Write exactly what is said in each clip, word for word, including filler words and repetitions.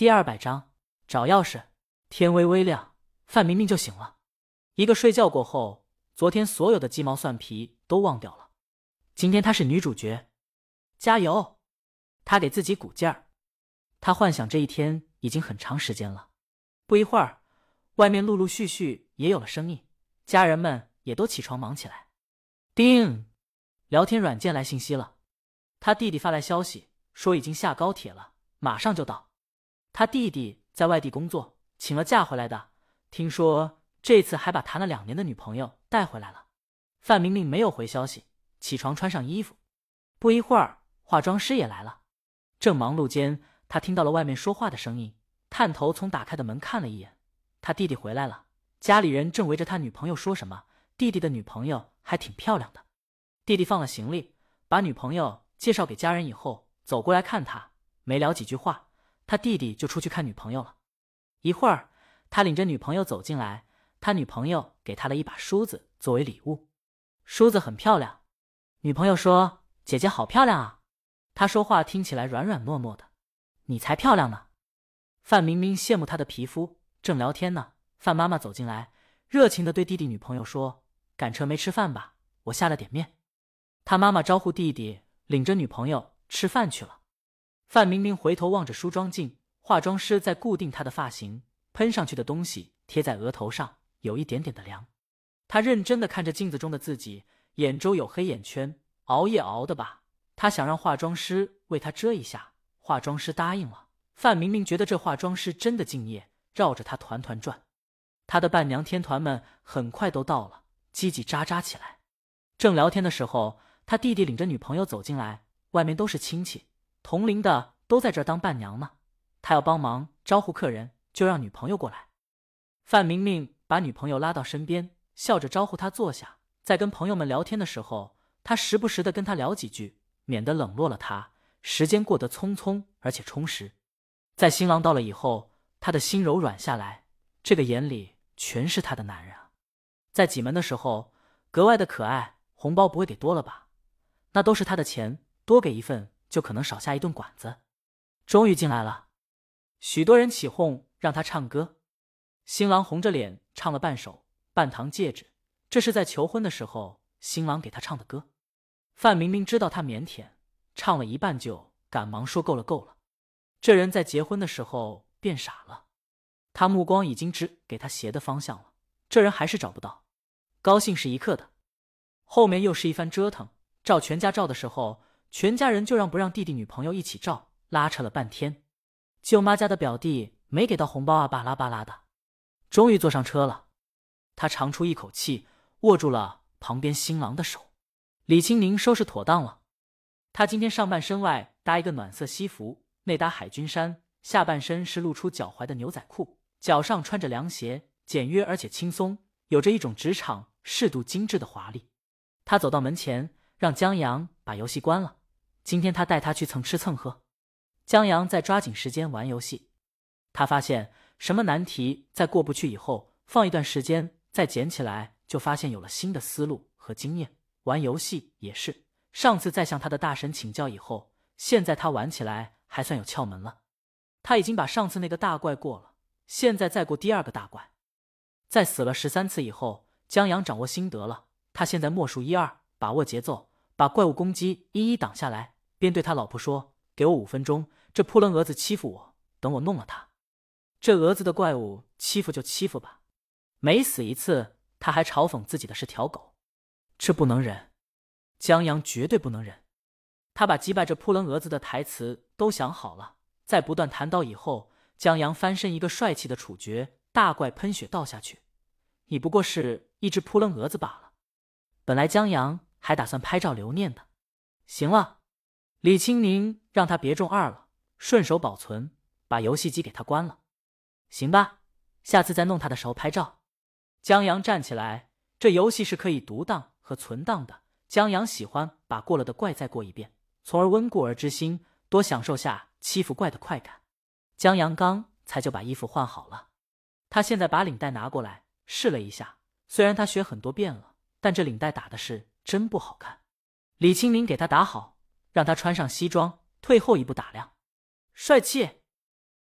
第二百章找钥匙。天微微亮，范明明就醒了。一个睡觉过后，昨天所有的鸡毛蒜皮都忘掉了。今天她是女主角，加油！她给自己鼓劲儿。她幻想这一天已经很长时间了。不一会儿，外面陆陆续续也有了声音，家人们也都起床忙起来。叮，聊天软件来信息了。他弟弟发来消息说已经下高铁了，马上就到。他弟弟在外地工作，请了假回来的，听说这次还把谈了两年的女朋友带回来了。范明明没有回消息，起床穿上衣服。不一会儿，化妆师也来了。正忙碌间，他听到了外面说话的声音，探头从打开的门看了一眼，他弟弟回来了。家里人正围着他女朋友说什么，弟弟的女朋友还挺漂亮的。弟弟放了行李，把女朋友介绍给家人以后，走过来看他，没聊几句话，他弟弟就出去看女朋友了。一会儿，他领着女朋友走进来，他女朋友给他了一把梳子作为礼物。梳子很漂亮，女朋友说：“姐姐好漂亮啊。”他说话听起来软软糯糯的。你才漂亮呢。范明明羡慕她的皮肤，正聊天呢，范妈妈走进来，热情地对弟弟女朋友说：“赶车没吃饭吧？我下了点面。”他妈妈招呼弟弟领着女朋友吃饭去了。范明明回头望着梳妆镜，化妆师在固定她的发型，喷上去的东西贴在额头上，有一点点的凉。他认真地看着镜子中的自己，眼周有黑眼圈，熬夜熬的吧。他想让化妆师为他遮一下，化妆师答应了。范明明觉得这化妆师真的敬业，绕着他团团转。他的伴娘天团们很快都到了，叽叽喳喳起来。正聊天的时候，他弟弟领着女朋友走进来，外面都是亲戚，同龄的都在这儿当伴娘呢。他要帮忙招呼客人，就让女朋友过来。范明明把女朋友拉到身边，笑着招呼她坐下。在跟朋友们聊天的时候，他时不时地跟她聊几句，免得冷落了她。时间过得匆匆而且充实。在新郎到了以后，他的心柔软下来，这个眼里全是他的男人啊。在挤门的时候格外的可爱，红包不会给多了吧？那都是他的钱，多给一份就可能少下一顿馆子。终于进来了，许多人起哄让他唱歌。新郎红着脸唱了半首《半糖戒指》，这是在求婚的时候新郎给他唱的歌。范明明知道他腼腆，唱了一半就赶忙说够了够了。这人在结婚的时候变傻了，他目光已经指给他鞋的方向了，这人还是找不到。高兴是一刻的，后面又是一番折腾。照全家照的时候，全家人就让不让弟弟女朋友一起照，拉扯了半天。舅妈家的表弟没给到红包啊，巴拉巴拉的。终于坐上车了，他长出一口气，握住了旁边新郎的手。李青宁收拾妥当了，他今天上半身外搭一个暖色西服，内搭海军衫，下半身是露出脚踝的牛仔裤，脚上穿着凉鞋，简约而且轻松，有着一种职场适度精致的华丽。他走到门前，让江阳把游戏关了，今天他带他去蹭吃蹭喝。江阳在抓紧时间玩游戏，他发现什么难题在过不去以后，放一段时间再捡起来，就发现有了新的思路和经验。玩游戏也是，上次在向他的大神请教以后，现在他玩起来还算有窍门了。他已经把上次那个大怪过了，现在再过第二个大怪。在死了十三次以后，江阳掌握心得了，他现在默数一二，把握节奏，把怪物攻击一一挡下来，边对他老婆说：“给我五分钟，这扑棱蛾子欺负我，等我弄了他。这蛾子的怪物欺负就欺负吧，每死一次，他还嘲讽自己的是条狗，这不能忍。”江阳绝对不能忍。他把击败这扑棱蛾子的台词都想好了，在不断弹刀以后，江阳翻身一个帅气的处决，大怪喷血倒下去。你不过是一只扑棱蛾子罢了。本来江阳还打算拍照留念的。行了，李青宁让他别中二了，顺手保存，把游戏机给他关了。行吧，下次再弄他的时候拍照。江阳站起来，这游戏是可以读档和存档的。江阳喜欢把过了的怪再过一遍，从而温故而知新，多享受下欺负怪的快感。江阳刚才就把衣服换好了，他现在把领带拿过来试了一下，虽然他学很多遍了，但这领带打的是真不好看。李青宁给他打好，让他穿上西装，退后一步打量。帅气！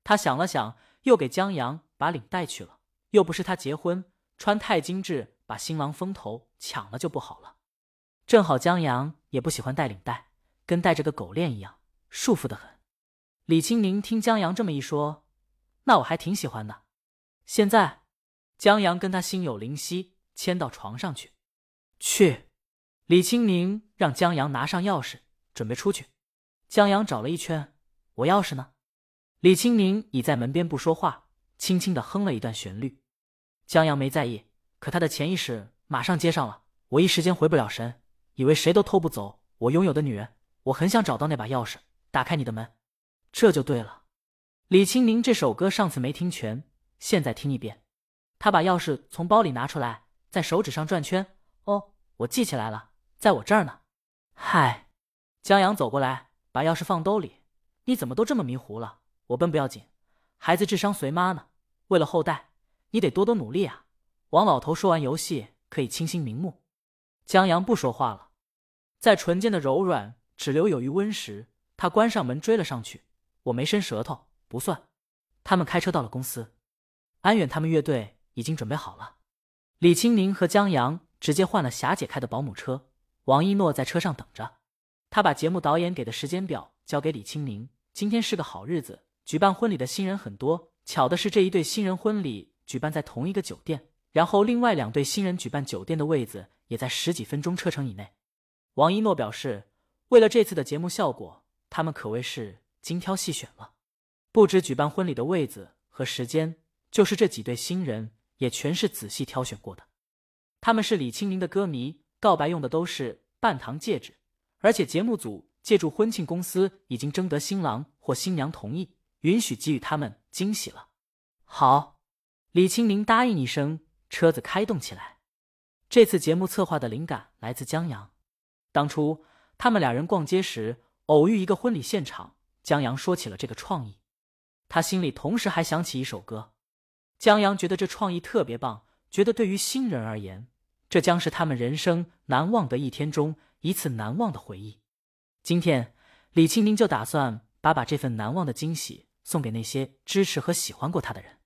他想了想，又给江阳把领带去了。又不是他结婚，穿太精致，把新郎风头抢了就不好了。正好江阳也不喜欢戴领带，跟戴着个狗链一样，束缚得很。李青宁听江阳这么一说，那我还挺喜欢的。现在，江阳跟他心有灵犀，牵到床上去。去，李青宁让江阳拿上钥匙，准备出去。江阳找了一圈，我钥匙呢？李青宁倚在门边不说话，轻轻地哼了一段旋律。江阳没在意，可他的潜意识马上接上了。我一时间回不了神，以为谁都偷不走我拥有的女人。我很想找到那把钥匙，打开你的门。这就对了。李青宁这首歌上次没听全，现在听一遍。他把钥匙从包里拿出来，在手指上转圈。哦，我记起来了，在我这儿呢。嗨，江阳走过来，把钥匙放兜里。你怎么都这么迷糊了？我笨不要紧，孩子智商随妈呢。为了后代，你得多多努力啊。王老头说完游戏可以清心明目。江阳不说话了，在唇间的柔软只留有余温时，他关上门追了上去。我没伸舌头，不算。他们开车到了公司，安远他们乐队已经准备好了。李青宁和江阳直接换了霞姐开的保姆车，王一诺在车上等着。他把节目导演给的时间表交给李青宁。今天是个好日子，举办婚礼的新人很多。巧的是，这一对新人婚礼举办在同一个酒店，然后另外两对新人举办酒店的位子也在十几分钟车程以内。王一诺表示，为了这次的节目效果，他们可谓是精挑细选了。不止举办婚礼的位子和时间，就是这几对新人也全是仔细挑选过的。他们是李青宁的歌迷，告白用的都是半糖戒指，而且节目组借助婚庆公司已经征得新郎或新娘同意，允许给予他们惊喜了。好，李青宁答应一声，车子开动起来。这次节目策划的灵感来自江阳。当初他们俩人逛街时偶遇一个婚礼现场，江阳说起了这个创意。他心里同时还想起一首歌。江阳觉得这创意特别棒，觉得对于新人而言，这将是他们人生难忘的一天中一次难忘的回忆。今天李青宁就打算把把这份难忘的惊喜送给那些支持和喜欢过他的人。